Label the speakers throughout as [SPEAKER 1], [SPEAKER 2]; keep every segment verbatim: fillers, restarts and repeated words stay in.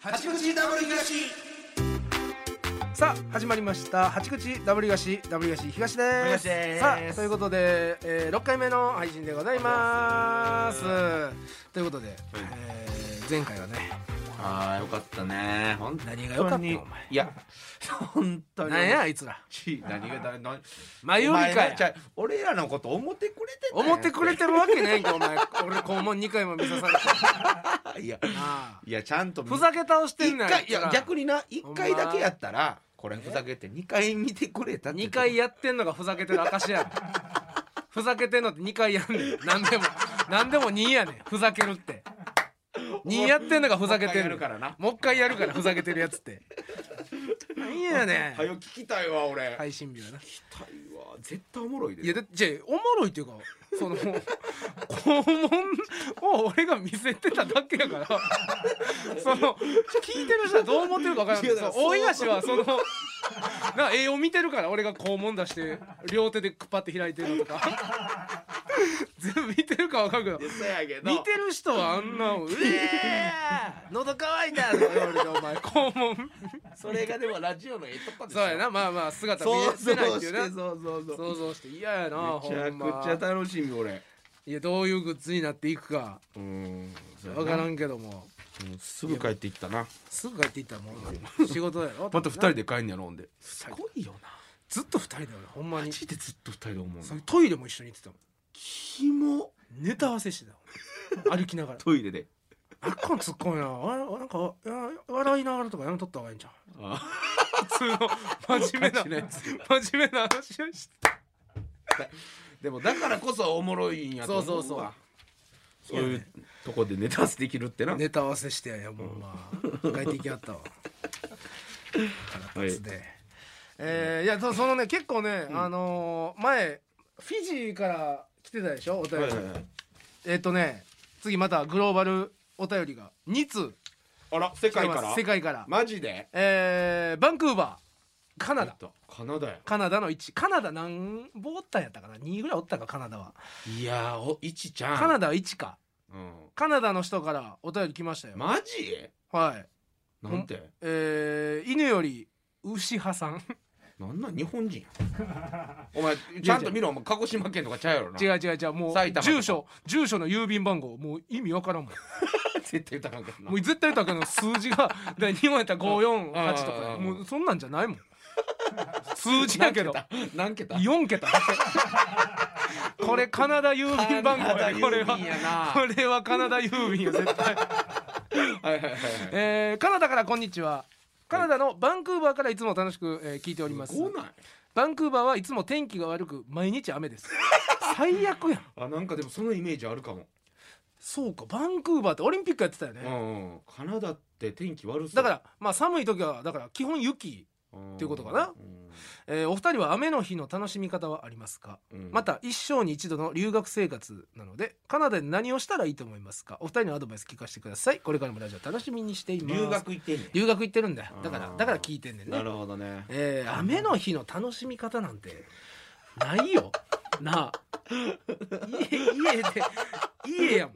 [SPEAKER 1] 八口ダブル東。
[SPEAKER 2] さあ始まりました八口ダブル東ダブル東東です。
[SPEAKER 1] 東です
[SPEAKER 2] さあということで、えー、ろっかいめの配信でございますということで、えー、前回はね、
[SPEAKER 1] あーよかったね。ほん
[SPEAKER 2] 何がよかったのお前。
[SPEAKER 1] いや本当に
[SPEAKER 2] 何やあいつら
[SPEAKER 1] ち何がだな
[SPEAKER 2] 前よりかや
[SPEAKER 1] お前なちゃ俺らのこと思ってくれてたやん
[SPEAKER 2] 思ってくれてるわけないんかお前。俺肛門にかいも見さされて
[SPEAKER 1] いや
[SPEAKER 2] あ
[SPEAKER 1] いやちゃんと
[SPEAKER 2] ふざけ倒してんねん。
[SPEAKER 1] 一回いや逆
[SPEAKER 2] に
[SPEAKER 1] にないっかいだけやったらこれふざけてにかい見てくれたって
[SPEAKER 2] にかいやってんのがふざけてる証やねん。ふざけてんのってにかいやんねん。何でも何でもにやねん。ふざけるってにやってんのがふざけてる
[SPEAKER 1] からな。
[SPEAKER 2] もう一回やるからふざけてるやつって何やねん。
[SPEAKER 1] はよ聞きたいわ俺。
[SPEAKER 2] 配信日はな。
[SPEAKER 1] 聞きたいわ絶対おもろいで。
[SPEAKER 2] いやだじゃあおもろいっていうかその肛門を俺が見せてただけやからその聞いてる人はどう思ってるか分からんけど、大東はそのな絵を見てるから俺が肛門出して両手でクパって開いてるのとか全部見てるか分かるけど、
[SPEAKER 1] そうやけど
[SPEAKER 2] 見てる人はあんな「うえー喉乾いた!」とか言われてお前肛門
[SPEAKER 1] それがでもラジオの絵とかでしょ。
[SPEAKER 2] そうやな。まあまあ姿見
[SPEAKER 1] そう
[SPEAKER 2] えてないっていうな。
[SPEAKER 1] そうそうそうそう
[SPEAKER 2] 想像して嫌やな。
[SPEAKER 1] めちゃくちゃ楽しみ俺。
[SPEAKER 2] いやどういうグッズになっていくか
[SPEAKER 1] うん
[SPEAKER 2] 分からんけども、
[SPEAKER 1] うんすぐ帰っていったな。
[SPEAKER 2] すぐ帰っていったらもう仕事やろ。
[SPEAKER 1] またふたりで帰んねやろんで。
[SPEAKER 2] すごいよな。ずっとふたりだよねほんま
[SPEAKER 1] マ
[SPEAKER 2] に。
[SPEAKER 1] ジでずっとふたりで思う
[SPEAKER 2] それトイレも一緒に行ってたもん。
[SPEAKER 1] キモ。
[SPEAKER 2] ネタ合わせしてた歩きながら
[SPEAKER 1] トイレで
[SPEAKER 2] あっこんツッコミなわなんかいや笑いながらとかやめとった方がいいんじゃん。普通の真面目な
[SPEAKER 1] ガチなやつ
[SPEAKER 2] 真面目な話をして
[SPEAKER 1] でもだからこそおもろいんやと思うわ。
[SPEAKER 2] そうそうそう
[SPEAKER 1] そういうとこでネタ合わせできるってな。
[SPEAKER 2] ネタ合わせしてややもうまあ帰っていきはったわ腹立つで、えー、いや そ, そのね結構ね、うん、あのー、前フィジーから来てたでしょお便り、はいはいはい、えっ、ー、とね次またグローバルお便りがに通
[SPEAKER 1] あら世界から
[SPEAKER 2] 世界から
[SPEAKER 1] マジで、
[SPEAKER 2] えー、バンクーバーカナダ
[SPEAKER 1] カナダや
[SPEAKER 2] カナダのいちカナダ何ぼおったんやったかなにぐらいおったかカナダはい
[SPEAKER 1] やーいちちゃん
[SPEAKER 2] カナダはいちか、
[SPEAKER 1] うん、
[SPEAKER 2] カナダの人からお便り来ましたよ。
[SPEAKER 1] マジ
[SPEAKER 2] はい
[SPEAKER 1] なんて、
[SPEAKER 2] えー、犬より牛派さん
[SPEAKER 1] なんなん日本人やお前ちゃんと見ろお前鹿児島県とかちゃうやろな。
[SPEAKER 2] 違う違う違うもう住所住所の郵便番号もう意味わからんもん
[SPEAKER 1] 絶対歌わんけどな。
[SPEAKER 2] もう絶対言ったけど数字が日本やったらごーよんはちとかもうそんなんじゃないもん数字やけど
[SPEAKER 1] 何桁
[SPEAKER 2] よん桁これカナダ郵便番号やね。これはこれはカナダ郵便や絶対はいはいはい、はい、えー、カナダからこんにちは。カナダのバンクーバーからいつも楽しく、えー、聞いております。バンクーバーはいつも天気が悪く毎日雨です最悪やん。
[SPEAKER 1] あなんかでもそのイメージあるかも。そう
[SPEAKER 2] かバンクーバーってオリンピックやってたよね、
[SPEAKER 1] うんうん、カナダって天気悪そう
[SPEAKER 2] だからまあ寒い時はだから基本雪っていうことかな、うんえー、お二人は雨の日の楽しみ方はありますか、うん、また一生に一度の留学生活なのでカナダで何をしたらいいと思いますか。お二人のアドバイス聞かせてください。これからもラジオ楽しみにしています。
[SPEAKER 1] 留学行ってんねん。
[SPEAKER 2] 留学行ってるんだよ。だからだから聞いてんねんね。
[SPEAKER 1] なるほどね、
[SPEAKER 2] えー、雨の日の楽しみ方なんてないよなあ家, 家で家やもん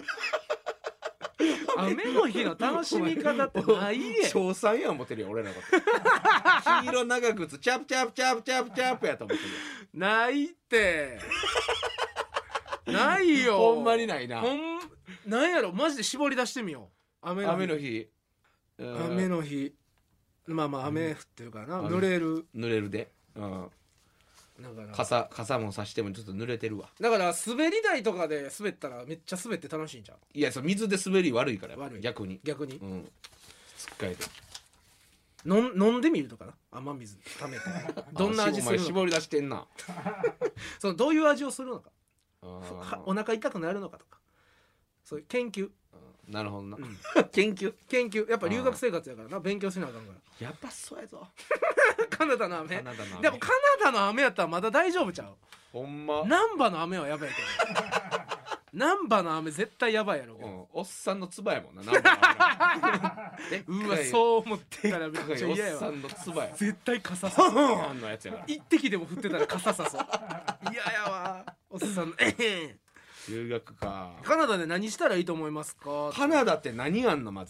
[SPEAKER 2] 雨の日の楽しみ方ってないで。
[SPEAKER 1] 小さんや思ってるよ俺らのこと黄色長靴チャプチャプチャプチャプチャプやと思ってるよ。
[SPEAKER 2] ないってないよ
[SPEAKER 1] ほんまにないな。
[SPEAKER 2] ほんなんやろマジで絞り出してみよう。雨の日
[SPEAKER 1] 雨の日
[SPEAKER 2] 雨の日まあまあ雨降ってるからな、うん、濡れる
[SPEAKER 1] 濡れるで、うんだから傘傘もさしてもちょっと濡れてるわ。
[SPEAKER 2] だから滑り台とかで滑ったらめっちゃ滑って楽しいんじゃん。
[SPEAKER 1] いやそ水で滑り悪いから
[SPEAKER 2] 悪い
[SPEAKER 1] 逆に
[SPEAKER 2] 逆に
[SPEAKER 1] うんつっかえて
[SPEAKER 2] 飲飲んでみるとかな雨水ためてどんな味するのか
[SPEAKER 1] 絞り出してんな
[SPEAKER 2] そのどういう味をするのかあお腹痛くなるのかとかそういう研究。
[SPEAKER 1] なるほどな、
[SPEAKER 2] うん、
[SPEAKER 1] 研究
[SPEAKER 2] 研究やっぱ留学生活やからな勉強しなあかんから
[SPEAKER 1] やっぱそうやぞ
[SPEAKER 2] カナダの雨。
[SPEAKER 1] カナダの雨
[SPEAKER 2] でもカナダの雨やったらまだ大丈夫ちゃう。
[SPEAKER 1] ほんま
[SPEAKER 2] 難波の雨はやばいけど難波の雨絶対やばいやろうけど、
[SPEAKER 1] うん、おっさんのつばやもんな難波
[SPEAKER 2] うわそう思ったらめっちゃ嫌やわ。
[SPEAKER 1] おっさんのつばや
[SPEAKER 2] 絶対傘さす
[SPEAKER 1] あんのやつやから
[SPEAKER 2] 一滴でも降ってたら傘さそう嫌やわおっさんのえへん。
[SPEAKER 1] 留学か。
[SPEAKER 2] カナダで何したらいいと思いますか。
[SPEAKER 1] カナダって何あんのまず。
[SPEAKER 2] カ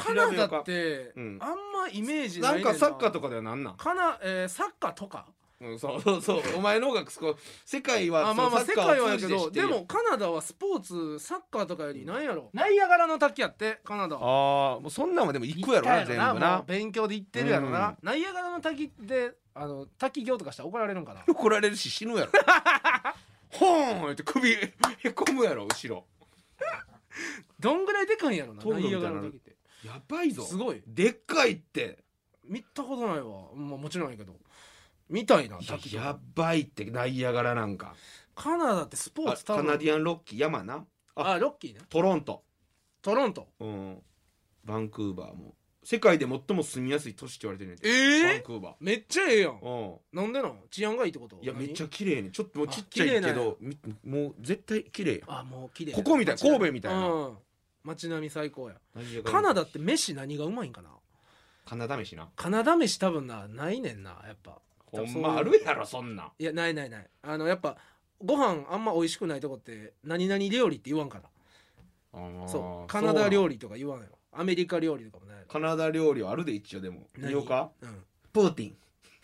[SPEAKER 2] カナダって、
[SPEAKER 1] うん、
[SPEAKER 2] あんまイメージな
[SPEAKER 1] ないん
[SPEAKER 2] ねんな。
[SPEAKER 1] かサッカーとかではなんなん
[SPEAKER 2] カナ、えー、サッカーとか、
[SPEAKER 1] うん、そうそうそうお前の方がこう世界は
[SPEAKER 2] あまあまあ世
[SPEAKER 1] そのサッカー
[SPEAKER 2] 界はやけど、
[SPEAKER 1] を通じて知ってるよ
[SPEAKER 2] でもカナダはスポーツサッカーとかよりなんやろ、ナイアガラの滝やってカナダは。
[SPEAKER 1] ああもうそんなんはでも行くやろな
[SPEAKER 2] 行ったやろ
[SPEAKER 1] 全部な
[SPEAKER 2] もう勉強で行ってるやろな、
[SPEAKER 1] うん
[SPEAKER 2] ナイアガラの滝であの滝行とかしたら怒られるんかな。
[SPEAKER 1] 怒られるし死ぬやろほーんって首へこむやろ後ろ
[SPEAKER 2] どんぐらいでかいんやろな
[SPEAKER 1] トングみたいな
[SPEAKER 2] ナイアガラの滝って。
[SPEAKER 1] やばいぞ
[SPEAKER 2] すごい
[SPEAKER 1] でっかいって
[SPEAKER 2] 見たことないわ、まあ、もちろんやけどみたいな滝とか。
[SPEAKER 1] やばいってナイアガラなんか
[SPEAKER 2] カナダってスポーツ多分
[SPEAKER 1] あカナディアンロッキー山なあ
[SPEAKER 2] あロッキーね。
[SPEAKER 1] トロント
[SPEAKER 2] トロント。
[SPEAKER 1] うんバンクーバーも世界で最も住みやすい都市って言われてるねんて
[SPEAKER 2] えー
[SPEAKER 1] バンクーバー
[SPEAKER 2] めっちゃええやん。
[SPEAKER 1] うん
[SPEAKER 2] なんでなん治安がいいってこと。
[SPEAKER 1] いやめっちゃ
[SPEAKER 2] 何
[SPEAKER 1] 綺麗にちょっともうちっちゃい
[SPEAKER 2] あ綺麗なんや
[SPEAKER 1] けどみもう絶対綺麗やん
[SPEAKER 2] あもう綺麗
[SPEAKER 1] ここみたい神戸みたいな
[SPEAKER 2] うん街並み最高や。
[SPEAKER 1] ナイアガラ
[SPEAKER 2] カナダって飯何がうまいんかな。
[SPEAKER 1] カナダ飯な
[SPEAKER 2] カナダ飯多分なないねんなやっぱ。
[SPEAKER 1] ほん
[SPEAKER 2] そういう
[SPEAKER 1] まあるやろそんなん
[SPEAKER 2] いやないないない。あのやっぱご飯あんま美味しくないとこって何々料理って言わんから。
[SPEAKER 1] あー
[SPEAKER 2] そうカナダ料
[SPEAKER 1] 理
[SPEAKER 2] 理とか言わんやろ。アメリカ料理とかもないやろ。
[SPEAKER 1] カナダ料理はあるで一応でも
[SPEAKER 2] 何
[SPEAKER 1] 言おうか
[SPEAKER 2] うん
[SPEAKER 1] プーティン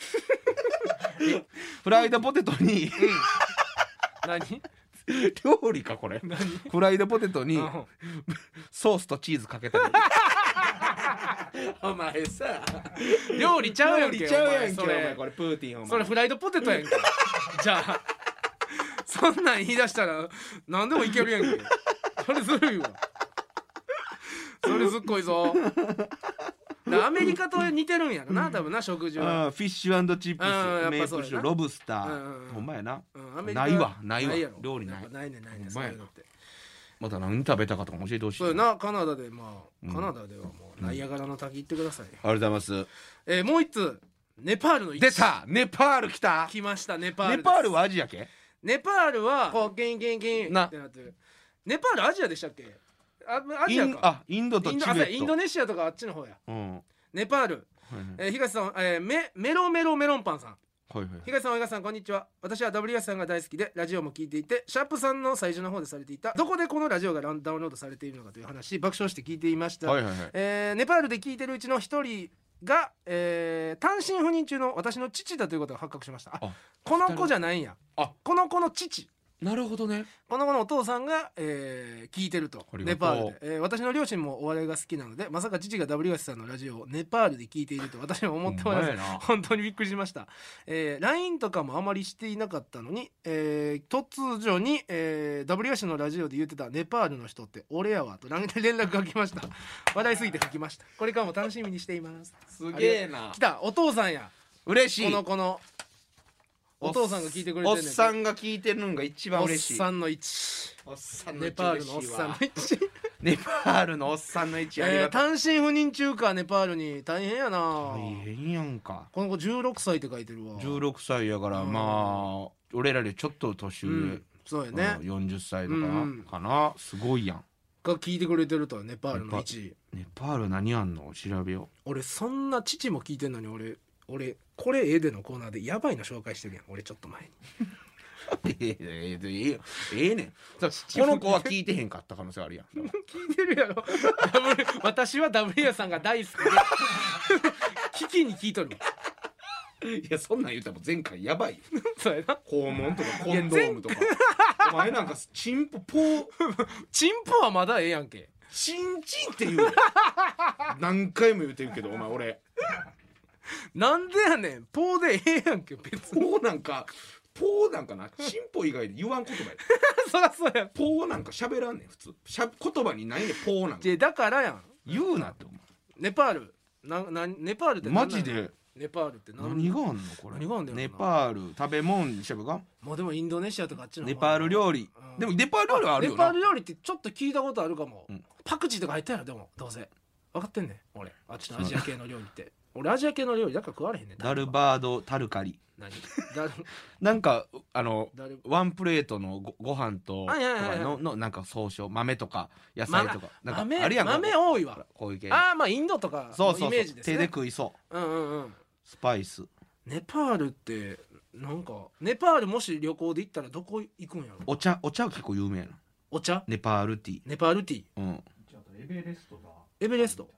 [SPEAKER 1] フライドポテトに
[SPEAKER 2] 何
[SPEAKER 1] 料理かこれ
[SPEAKER 2] 何
[SPEAKER 1] フライドポテトに
[SPEAKER 2] うん
[SPEAKER 1] ソースとチーズかけたりお前さ
[SPEAKER 2] 料理ちゃうやんけ。
[SPEAKER 1] 料理ちゃうやんけお
[SPEAKER 2] お前それ
[SPEAKER 1] 前これプーティンお前
[SPEAKER 2] それフライドポテトやんけじゃあそんなん言い出したら何でもいけるやんけ。それずるいわ。それずっこいぞ。だからアメリカと似てるんやろな多分な食事は。
[SPEAKER 1] あーフィッシュチップ
[SPEAKER 2] うんやっぱ
[SPEAKER 1] スメープ
[SPEAKER 2] そうやな
[SPEAKER 1] ルシロブスタ
[SPEAKER 2] うんうんうん
[SPEAKER 1] ーほんまやな
[SPEAKER 2] うんアメリカ
[SPEAKER 1] ないわないわ
[SPEAKER 2] やろ
[SPEAKER 1] 料理ない
[SPEAKER 2] やっぱないねんないねん
[SPEAKER 1] ほんまやな
[SPEAKER 2] そういうのって。
[SPEAKER 1] また何食べたかとかも教えてほしい
[SPEAKER 2] そうやなカナダでまあ、
[SPEAKER 1] うん
[SPEAKER 2] カナダではもうナイアガラの滝行ってください、
[SPEAKER 1] ありがとうございます
[SPEAKER 2] えーもう一つネパールの位置
[SPEAKER 1] 出たネパール来た
[SPEAKER 2] 来ましたネパールです。
[SPEAKER 1] ネパールはアジア系
[SPEAKER 2] ネパールはこうギンギンギン
[SPEAKER 1] な
[SPEAKER 2] ってなってる。ネパールアジアでしたっけ。あア
[SPEAKER 1] イ
[SPEAKER 2] ジアか。
[SPEAKER 1] ンあインドとチベット
[SPEAKER 2] インドあそうやインドネシアとかあっちの方や。
[SPEAKER 1] うんはい
[SPEAKER 2] ネパール、
[SPEAKER 1] はい
[SPEAKER 2] えー、東さん、えー、メメロメロメロンパンさん。
[SPEAKER 1] はいはい
[SPEAKER 2] 東さん、東さん、こんにちは。私は ダブリューエス さんが大好きでラジオも聞いていて、シャープさんの最初の方でされていたどこでこのラジオがダウンロードされているのかという話爆笑して聞いていました、
[SPEAKER 1] はいはいはい
[SPEAKER 2] えーネパールで聞いてるうちの一人が、えー単身赴任中の私の父だということが発覚しました。あ
[SPEAKER 1] あ
[SPEAKER 2] この子じゃないんや。
[SPEAKER 1] あ
[SPEAKER 2] この子の父、
[SPEAKER 1] なるほどね
[SPEAKER 2] この子のお父さんが、えー聞いてると
[SPEAKER 1] ありがとう
[SPEAKER 2] ネパールで、えー私の両親もお笑いが好きなのでまさか父が ダブリューエス さんのラジオをネパールで聞いていると私は思っておらず
[SPEAKER 1] ほんまやな
[SPEAKER 2] 本当にびっくりしました、えー、ライン とかもあまりしていなかったのに、えー突如に、えー、ダブリューエス のラジオで言ってたネパールの人って俺やわと連絡が来ました笑いすぎて書きました。これからも楽しみにしています。
[SPEAKER 1] すげえな
[SPEAKER 2] 来たお父さんや。こ
[SPEAKER 1] 嬉しい
[SPEAKER 2] の子のお父さんが聞いてくれてんねん
[SPEAKER 1] おっさんが聞いてるのが一番嬉しい
[SPEAKER 2] おっさんの位置
[SPEAKER 1] おっさん
[SPEAKER 2] ネパールのおっさんの位置
[SPEAKER 1] ネパールのおっさんの位置あり
[SPEAKER 2] えー、
[SPEAKER 1] がとう、
[SPEAKER 2] 単身赴任中かネパールに大変やな。
[SPEAKER 1] 大変やんか
[SPEAKER 2] この子じゅうろくさいって書いてるわ。
[SPEAKER 1] じゅうろくさいやから
[SPEAKER 2] うん
[SPEAKER 1] まあ俺らよりちょっと年上、
[SPEAKER 2] うん、そうやね、
[SPEAKER 1] うんよんじゅっさいとかな、
[SPEAKER 2] うん
[SPEAKER 1] かなすごいやん
[SPEAKER 2] が聞いてくれてるとネパールの位置。
[SPEAKER 1] ネパール何あんの調べよ
[SPEAKER 2] 俺そんな父も聞いてんのに俺俺これ絵でのコーナーでやばいの紹介してるやん俺ちょっと前に
[SPEAKER 1] うえええええええねんそうこの子は聞いてへんかった可能性あるやん
[SPEAKER 2] 聞いてるやろダブル私は ダブリューエス さんが大好きで聞きに聞いとるわ
[SPEAKER 1] いやそんなん言うたらもう前回やばいよ
[SPEAKER 2] そうやな。
[SPEAKER 1] 肛門とかコンドームとかお前なんかチンポポー
[SPEAKER 2] チンポはまだええやんけ。
[SPEAKER 1] チンチンって言うよ何回も言うてるけどお前俺
[SPEAKER 2] なんでやねんポーでええやんけ別に
[SPEAKER 1] ポーなんかポーなんかなチンポ以外で言わん言葉や
[SPEAKER 2] そらそうやん。
[SPEAKER 1] ポーなんか喋らんねん普通しゃ言葉にないねんポーなんか
[SPEAKER 2] じゃだからやん
[SPEAKER 1] 言うなってお
[SPEAKER 2] ネパールななネパールって
[SPEAKER 1] 前
[SPEAKER 2] 何なの
[SPEAKER 1] マジで
[SPEAKER 2] ネパールって何
[SPEAKER 1] 何があんのこれ
[SPEAKER 2] 何があんだよな
[SPEAKER 1] ネパール食べ物にしゃべが
[SPEAKER 2] もうでもインドネシアとかあっちの方
[SPEAKER 1] ネパール料理
[SPEAKER 2] うん
[SPEAKER 1] でもネパール料理はあるよ
[SPEAKER 2] ネパー
[SPEAKER 1] な
[SPEAKER 2] ル料理ってちょっと聞いたことあるかも、
[SPEAKER 1] うん
[SPEAKER 2] パクチーとか入ったやろでもどうせ分かってんねん俺あっちのアジア系の料理って俺アジア系の料理だから食われへんねん
[SPEAKER 1] ダルバードタルカリ
[SPEAKER 2] 何ダル
[SPEAKER 1] なんかあの
[SPEAKER 2] ダル
[SPEAKER 1] ワンプレートのごご飯と
[SPEAKER 2] はいはいはいはい
[SPEAKER 1] とかののなんか総称豆とか野菜とかなんか
[SPEAKER 2] 豆
[SPEAKER 1] あるやんか
[SPEAKER 2] 豆多いわ。
[SPEAKER 1] こういう系
[SPEAKER 2] ああまあインドとかのイ
[SPEAKER 1] そうそうそう
[SPEAKER 2] メージですね。
[SPEAKER 1] 手で食いそう
[SPEAKER 2] うんうんうん。
[SPEAKER 1] スパイス
[SPEAKER 2] ネパールってなんかネパールもし旅行で行ったらどこ行くんやろ。
[SPEAKER 1] お茶お茶は結構有名やな
[SPEAKER 2] お茶
[SPEAKER 1] ネパールティー
[SPEAKER 2] ネパールティー
[SPEAKER 1] うん
[SPEAKER 3] あとエベレストが
[SPEAKER 2] エベレスト
[SPEAKER 1] あ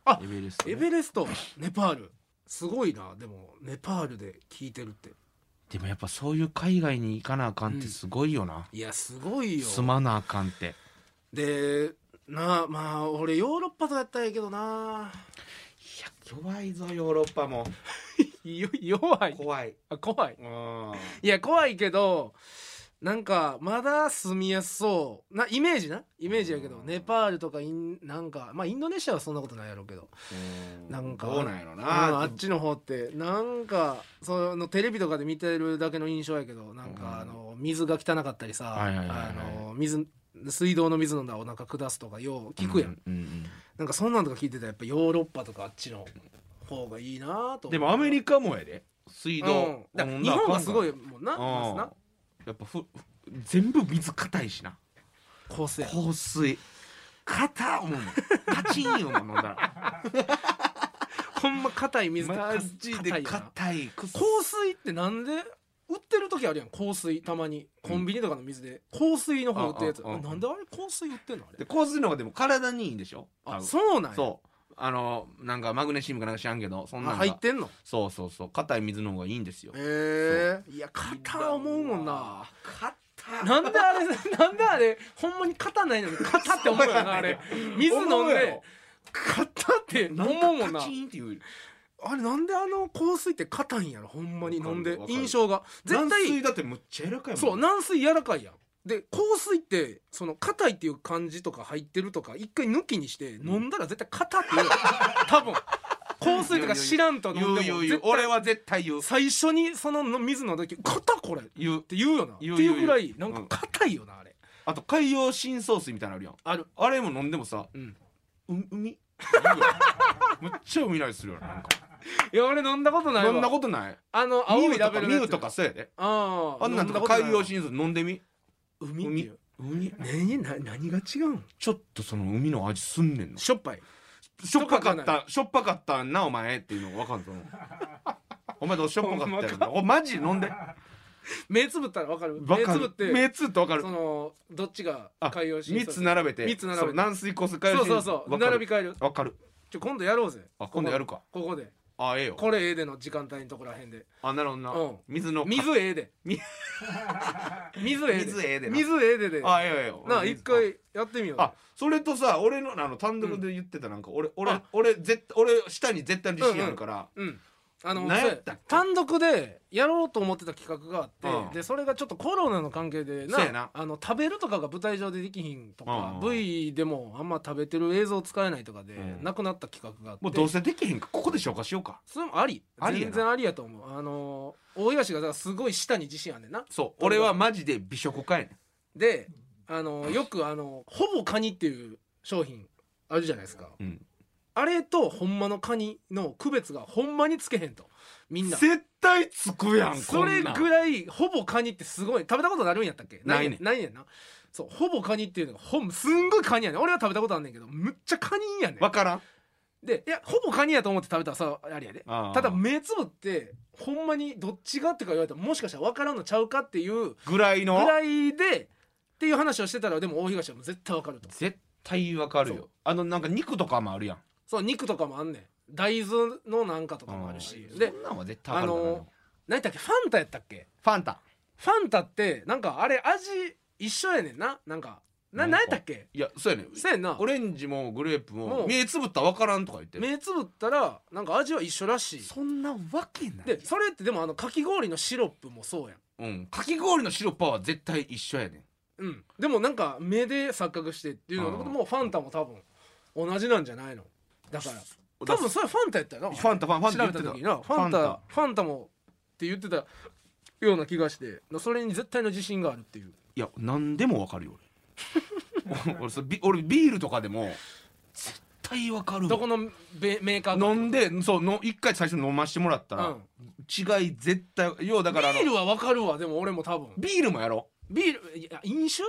[SPEAKER 2] あ
[SPEAKER 1] エベレスト、ね、
[SPEAKER 2] エベレストネパールすごいな。でもネパールで聞いてるって
[SPEAKER 1] でもやっぱそういう海外に行かなあかんってすごいよな、
[SPEAKER 2] うん、いやすごいよ。
[SPEAKER 1] 住まなあかんって
[SPEAKER 2] でなあまあ俺ヨーロッパとやったらいいけどな。
[SPEAKER 1] いや弱いぞヨーロッパも
[SPEAKER 2] よ弱い
[SPEAKER 1] 怖い。
[SPEAKER 2] あ怖い
[SPEAKER 1] うん
[SPEAKER 2] いや怖いけどなんかまだ住みやすそうなイメージなイメージやけど、ネパールとかインなんかまあインドネシアはそんなことないやろうけど、なんか
[SPEAKER 1] どうなんやろ
[SPEAKER 2] うん
[SPEAKER 1] な
[SPEAKER 2] あっちの方ってなんかそのテレビとかで見てるだけの印象やけどなんかあの水が汚かったりさ、
[SPEAKER 1] はいはいはいはい
[SPEAKER 2] あの水水道の水飲んだらお腹下すとかよう聞くやん、
[SPEAKER 1] うんうんうん、
[SPEAKER 2] なんかそんなんとか聞いてたらやっぱヨーロッパとかあっちの方がいいなと。
[SPEAKER 1] でもアメリカもやで水道、
[SPEAKER 2] うん、だから日本がすごいもんな、まずな
[SPEAKER 1] やっぱふ全部水硬いしな。
[SPEAKER 2] 香水
[SPEAKER 1] 香水硬思うもんカチンよ飲んだら
[SPEAKER 2] ほんま硬い水って
[SPEAKER 1] マジで硬い。
[SPEAKER 2] 香水ってなんで売ってる時あるやん。香水たまにコンビニとかの水で香水の方売ってるやつ、
[SPEAKER 1] うんあああ
[SPEAKER 2] なんであれ香水売ってんのあれ。
[SPEAKER 1] で香水の方がでも体にいいんでしょ。
[SPEAKER 2] あそうなんや。
[SPEAKER 1] そうあのなんかマグネシウムかなんか知らんけどそんなんが
[SPEAKER 2] 入ってんの。
[SPEAKER 1] そうそうそう硬い水の方がいいんですよ。
[SPEAKER 2] へえいや硬思うもんな。
[SPEAKER 1] 硬
[SPEAKER 2] なんであれなんであれほんまに硬ないのに硬って思うよなあれ水飲んで硬って思うもんな。
[SPEAKER 1] カチンっていう
[SPEAKER 2] あれなんであの香水って硬いんやろほんまに飲んで
[SPEAKER 1] わかる
[SPEAKER 2] 印象が絶対
[SPEAKER 1] 軟水だってむっちゃ柔らかいもん。
[SPEAKER 2] そう軟水柔らかいやん。で香水ってその硬いっていう感じとか入ってるとか一回抜きにして飲んだら絶対硬って言う多分香水とか知らんと飲んでも
[SPEAKER 1] 言う言う言う
[SPEAKER 2] 絶対
[SPEAKER 1] 俺は絶対言う
[SPEAKER 2] 最初にその水の時硬これって
[SPEAKER 1] 言う
[SPEAKER 2] 言うよなって
[SPEAKER 1] 言う言う
[SPEAKER 2] いうぐらいなんか硬いよなあれ。
[SPEAKER 1] あと海洋深層水みたいなのあるやん。
[SPEAKER 2] ある
[SPEAKER 1] あれも飲んでもさ、
[SPEAKER 2] うん
[SPEAKER 1] う海むっちゃ海なりするよな。なんか
[SPEAKER 2] いや俺飲んだことないわ。
[SPEAKER 1] 飲んだことない。
[SPEAKER 2] あの青いラベルのやつ
[SPEAKER 1] ミュウとかそうやで。
[SPEAKER 2] ああ
[SPEAKER 1] あんなんとか海洋深層水飲んでみ。
[SPEAKER 2] 海っていう
[SPEAKER 1] 海
[SPEAKER 2] 何な何が違うん。
[SPEAKER 1] ちょっとその海の味すんねんの。
[SPEAKER 2] しょっぱい
[SPEAKER 1] しょっぱかったしょっぱかったなお前っていうのが分かんと思うお前どうしょっぱかったよおマジ飲んで
[SPEAKER 2] 目つぶったら分かる。
[SPEAKER 1] 分かる
[SPEAKER 2] 目つぶって
[SPEAKER 1] 目つぶって分かる。
[SPEAKER 2] そのどっちが海洋深
[SPEAKER 1] みっつ並べて
[SPEAKER 2] みっつ並べて
[SPEAKER 1] そう軟水香水海洋
[SPEAKER 2] そう
[SPEAKER 1] 深
[SPEAKER 2] そうそう
[SPEAKER 1] 分かる
[SPEAKER 2] 並び替える。
[SPEAKER 1] 分かる。
[SPEAKER 2] ちょ今度やろうぜ。
[SPEAKER 1] あ今度やるか。
[SPEAKER 2] ここで
[SPEAKER 1] あええよ。
[SPEAKER 2] これええでの時間帯のところらへんで。
[SPEAKER 1] あなるほどな、
[SPEAKER 2] うん
[SPEAKER 1] 水の
[SPEAKER 2] 水ええで
[SPEAKER 1] み
[SPEAKER 2] 水ええで
[SPEAKER 1] 水ええでな
[SPEAKER 2] 水ええでで
[SPEAKER 1] あええよええよ
[SPEAKER 2] なあ一回やってみよう。
[SPEAKER 1] あそれとさ俺のあの単独で言ってたなんか俺俺
[SPEAKER 2] あ
[SPEAKER 1] 俺絶対俺下に絶対自信あるから、
[SPEAKER 2] うんあの
[SPEAKER 1] 何やったっけ
[SPEAKER 2] 単独でやろうと思ってた企画があって、
[SPEAKER 1] うん
[SPEAKER 2] でそれがちょっとコロナの関係で
[SPEAKER 1] そうやな
[SPEAKER 2] あの食べるとかが舞台上でできひんとか、
[SPEAKER 1] うん
[SPEAKER 2] V でもあんま食べてる映像使えないとかで、
[SPEAKER 1] うん
[SPEAKER 2] なくなった企画があって
[SPEAKER 1] もうどうせできへんかここで消化しようか。
[SPEAKER 2] それもあり
[SPEAKER 1] ありやな
[SPEAKER 2] 全然ありやと思う。あの大東がだからすごい舌に自信あんねんな。
[SPEAKER 1] そう俺はマジで美食家やねん。
[SPEAKER 2] であのよくあのほぼカニっていう商品あるじゃないですか。
[SPEAKER 1] うん
[SPEAKER 2] あれとほんまのカニの区別がほんまにつけへんとみんな。
[SPEAKER 1] 絶対つくやん
[SPEAKER 2] それぐらいほぼカニってすごい食べたことなるんやったっけ。
[SPEAKER 1] ないねん
[SPEAKER 2] ないねんな。そうほぼカニっていうのがほんすんごいカニやねん。俺は食べたことあんねんけどむっちゃカニやねん。
[SPEAKER 1] 分からん。
[SPEAKER 2] でいやほぼカニやと思って食べたらさあれやで。
[SPEAKER 1] ああ
[SPEAKER 2] ただ目つぶってほんまにどっちがってか言われたらもしかしたら分からんのちゃうかっていう
[SPEAKER 1] ぐらいの
[SPEAKER 2] ぐらいでっていう話をしてたらでも大東はもう絶対分かると。
[SPEAKER 1] 絶対分かる
[SPEAKER 2] そう
[SPEAKER 1] よ。あのなんか肉とかもあるやん。
[SPEAKER 2] そう肉とかもあんねん。大豆のなんかとかもあるし。で
[SPEAKER 1] そんなんは絶対分かるからな。
[SPEAKER 2] あの何やったっけファンタやったっけ。
[SPEAKER 1] ファンタ
[SPEAKER 2] ファンタってなんかあれ味一緒やねんな。なんかな何やったっけ。
[SPEAKER 1] いやそうやねん。
[SPEAKER 2] そうやんな。
[SPEAKER 1] オレンジもグレープ
[SPEAKER 2] もう
[SPEAKER 1] も目つぶったら分からんとか言ってる。
[SPEAKER 2] 目つぶったらなんか味は一緒らしい。
[SPEAKER 1] そんなわけない。
[SPEAKER 2] でそれってでもあのかき氷のシロップもそうやん。
[SPEAKER 1] うんかき氷のシロップは絶対一緒やねん。
[SPEAKER 2] うんでもなんか目で錯覚してっていうの
[SPEAKER 1] うん
[SPEAKER 2] もファンタも多分同じなんじゃないの。だから多分それファンタやったよな。
[SPEAKER 1] ファンタファンファンタ
[SPEAKER 2] 調べた時になファンタファンタもって言ってたような気がしてそれに絶対の自信があるっていう。
[SPEAKER 1] いや何でも分かるよ俺俺それビ俺ビールとかでも絶対分かるわ。
[SPEAKER 2] どこのベメーカーか
[SPEAKER 1] 飲んでそうの一回最初に飲ましてもらったら、
[SPEAKER 2] うん
[SPEAKER 1] 違い絶対要はだからあの
[SPEAKER 2] ビールは分かるわ。でも俺も多分
[SPEAKER 1] ビールもやろ
[SPEAKER 2] ビールいや飲酒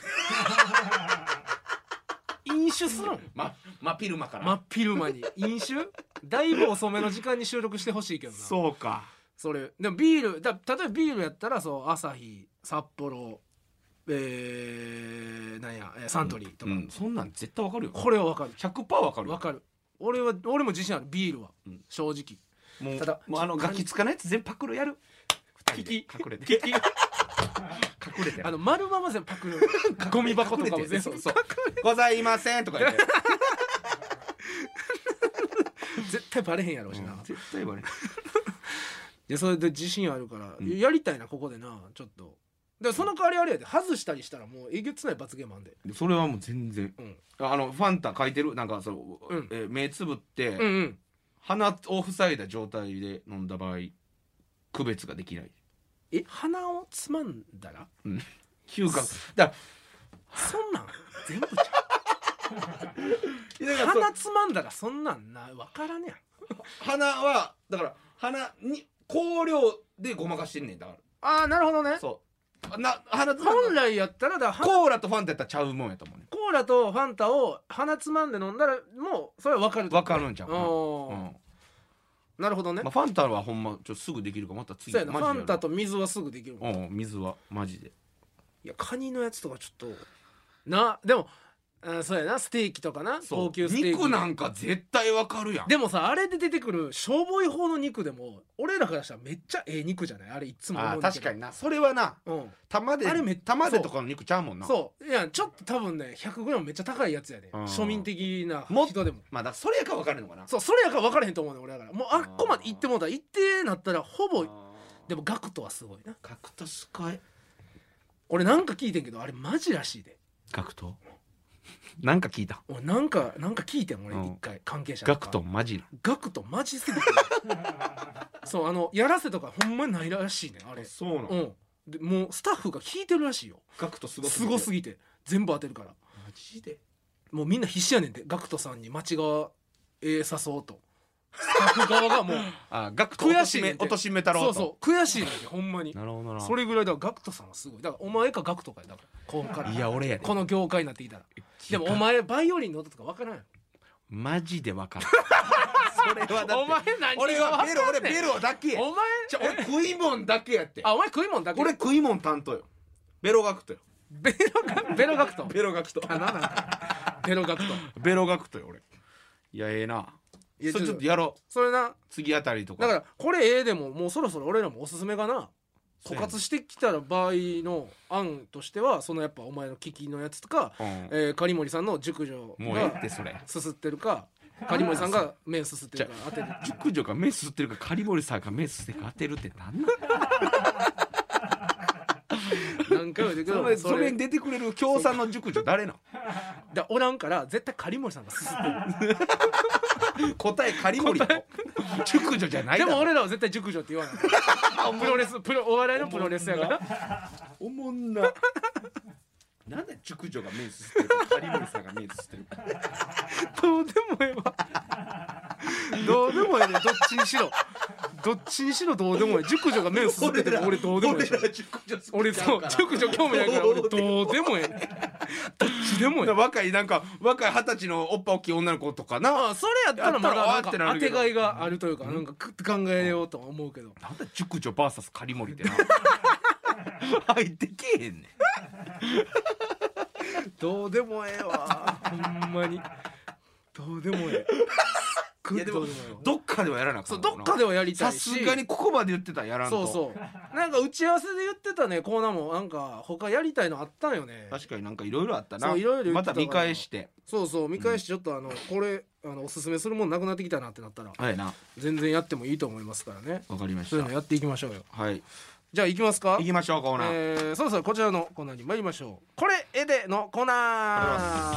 [SPEAKER 2] 飲酒するん
[SPEAKER 1] ま真昼間から、
[SPEAKER 2] 真っ昼間に飲酒だいぶ遅めの時間に収録してほしいけどな。
[SPEAKER 1] そうか
[SPEAKER 2] それでもビールだ例えばビールやったらそうアサヒ札幌えー、なんやえーサントリーとか、
[SPEAKER 1] うん、そんなん絶対分かるよ。
[SPEAKER 2] これは分かる
[SPEAKER 1] ひゃくパーセント分かるよ。
[SPEAKER 2] 分かる。 俺は俺も自信あるビールは、うん、正直
[SPEAKER 1] もう
[SPEAKER 2] ただ
[SPEAKER 1] もうあのガキつかのやつ全部パクるやる
[SPEAKER 2] キキ
[SPEAKER 1] 隠れて
[SPEAKER 2] キキ
[SPEAKER 1] 隠れて
[SPEAKER 2] あの丸まま全部パクるゴミ箱とかも全部
[SPEAKER 1] そうそうございませんとか言って
[SPEAKER 2] 絶対バレへんやろうしな、
[SPEAKER 1] うん、絶対バレへん
[SPEAKER 2] でそれで自信あるから、
[SPEAKER 1] うん、
[SPEAKER 2] やりたいなここでなちょっとでその代わりあれやで外したりしたらもうえげつない罰ゲームあんで
[SPEAKER 1] それはもう全然、うん、あのファンタ書いてるなんかその、うんえー、目つぶって、うんうん、鼻を塞いだ状態で飲んだ場合区別ができない
[SPEAKER 2] え鼻をつまんだら
[SPEAKER 1] うん嗅覚だから
[SPEAKER 2] そんなん全部ちゃう鼻つまんだらそんなんな分からんねや
[SPEAKER 1] 鼻はだから鼻に香料でごまかしてんねんだから
[SPEAKER 2] ああなるほどね
[SPEAKER 1] そうな鼻つ
[SPEAKER 2] まん本来やったらだ
[SPEAKER 1] コーラとファンタやったらちゃうもんやと思うね
[SPEAKER 2] コーラとファンタを鼻つまんで飲んだらもうそれは分かる
[SPEAKER 1] 分かるんちゃうかな、
[SPEAKER 2] うんなるほどね、
[SPEAKER 1] まあ、ファンタはほんまちょっとすぐできるからまた次
[SPEAKER 2] そうやなファンタと水はすぐできる
[SPEAKER 1] もんうん水はマジで
[SPEAKER 2] いやカニのやつとかちょっとなでもあそうやなステーキとかな高級ステーキ
[SPEAKER 1] 肉なんか絶対わかるやん
[SPEAKER 2] でもさあれで出てくるしょぼい方の肉でも俺らからしたらめっちゃええ肉じゃないあれいつも思うんだけど
[SPEAKER 1] あ確かになそれはな、うん、玉で
[SPEAKER 2] あれめ
[SPEAKER 1] 玉でとかの肉ちゃうもんな
[SPEAKER 2] そういやちょっと多分ね ひゃくグラム めっちゃ高いやつやで、うん、庶民的な人でも
[SPEAKER 1] まあだそれやから分かるのかな
[SPEAKER 2] そうそれやから分からへんと思うね俺だからもうあっこまで行ってもうたら行ってなったらほぼでもガクトはすごいな
[SPEAKER 1] ガクトすごい
[SPEAKER 2] 俺なんか聞いてんけどあれマジらしいで
[SPEAKER 1] ガクトなんか聞いた
[SPEAKER 2] 俺なんかなんか聞いてん俺一回関係者
[SPEAKER 1] とかガクトマジ
[SPEAKER 2] ガクトマジすぎてそうあのやらせとかほんまにないらしいねあれ
[SPEAKER 1] そうなの、
[SPEAKER 2] うん、でもうスタッフが聞いてるらしいよ
[SPEAKER 1] ガクトすごす
[SPEAKER 2] ぎてすごすぎて全部当てるからマ
[SPEAKER 1] ジで
[SPEAKER 2] もうみんな必死やねんてガクトさんに間違えさそうとスタッフ側がもう
[SPEAKER 1] あガクト悔しいね貶としめたろうと
[SPEAKER 2] そうそう悔しいねんてほんまに
[SPEAKER 1] なるほどな
[SPEAKER 2] それぐらいだからガクトさんはすごいだからお前かガクトかやだからこうから
[SPEAKER 1] いや俺やで
[SPEAKER 2] この業界になってきたらでもお前バイオリンの音とか分からんよ
[SPEAKER 1] マジで分からんそれはだって
[SPEAKER 2] お前何が
[SPEAKER 1] 俺はベロ俺ベロだけ
[SPEAKER 2] お前
[SPEAKER 1] じゃ俺食いもんだけやって
[SPEAKER 2] あお前食いもんだけ
[SPEAKER 1] 俺食いもん担当よベロガクトよ
[SPEAKER 2] ベロガベロガクト
[SPEAKER 1] ベロガクト
[SPEAKER 2] あなんなんかベロガクト
[SPEAKER 1] ベロガクトよ俺いやええないやそれちょっとやろう
[SPEAKER 2] それな
[SPEAKER 1] 次あたりとか
[SPEAKER 2] だからこれええでももうそろそろ俺らもおすすめがな枯渇してきたら場合の案としてはそのやっぱお前の聞きのやつとか、うんえー、狩森さんの熟女がすすってるか狩森さんが麺すすってるか当てる
[SPEAKER 1] 熟女が麺すすってるか狩森さんが麺すすってるか当てるって何なん
[SPEAKER 2] 何回も出てくる
[SPEAKER 1] それそれに出てくれる協賛の熟女誰なの
[SPEAKER 2] だおらんから絶対狩森さんがすすってる
[SPEAKER 1] 答え狩森の熟女じゃない
[SPEAKER 2] でも俺らは絶対熟女って言わないプロレスプロお笑いのプロレスやから
[SPEAKER 1] おもんななんで熟女が麺すすってるか狩森さんが麺すすってるか
[SPEAKER 2] どうでもええわどうでもええねどっちにしろどっちにしろどうでもええ熟女が麺すすってても俺どうでもええ俺そう熟女興味ないから俺どうでもええねどっちでもええ
[SPEAKER 1] 若いなんか若い二十歳のおっぱ大きい女の子とかな
[SPEAKER 2] あそれやったらまだなんか当てがいがあるというかなんか考えようとは思うけど
[SPEAKER 1] なんだ熟女 ブイエス 狩森ってな入ってけえへんねん
[SPEAKER 2] どうでもええわほんまにどうでもええ
[SPEAKER 1] いやでもどっかではやらなかった
[SPEAKER 2] そうどっかではやりたいし
[SPEAKER 1] さすがにここまで言ってたらやらんと
[SPEAKER 2] そうそうなんか打ち合わせで言ってたねコーナーもなんか他やりたいのあったんよね
[SPEAKER 1] 確かになんかいろいろあったな
[SPEAKER 2] そういろいろ
[SPEAKER 1] また見返して
[SPEAKER 2] そうそう見返してちょっとあの、うん、これあのおすすめするもんなくなってきたなってなったら
[SPEAKER 1] はいな
[SPEAKER 2] 全然やってもいいと思いますからね
[SPEAKER 1] わかりました
[SPEAKER 2] そういうのやっていきましょうよ
[SPEAKER 1] はい
[SPEAKER 2] じゃあ行きますか
[SPEAKER 1] 行きましょうコーナー、
[SPEAKER 2] えー、そろそろこちらのコーナーに参りましょうこれ絵でのコーナー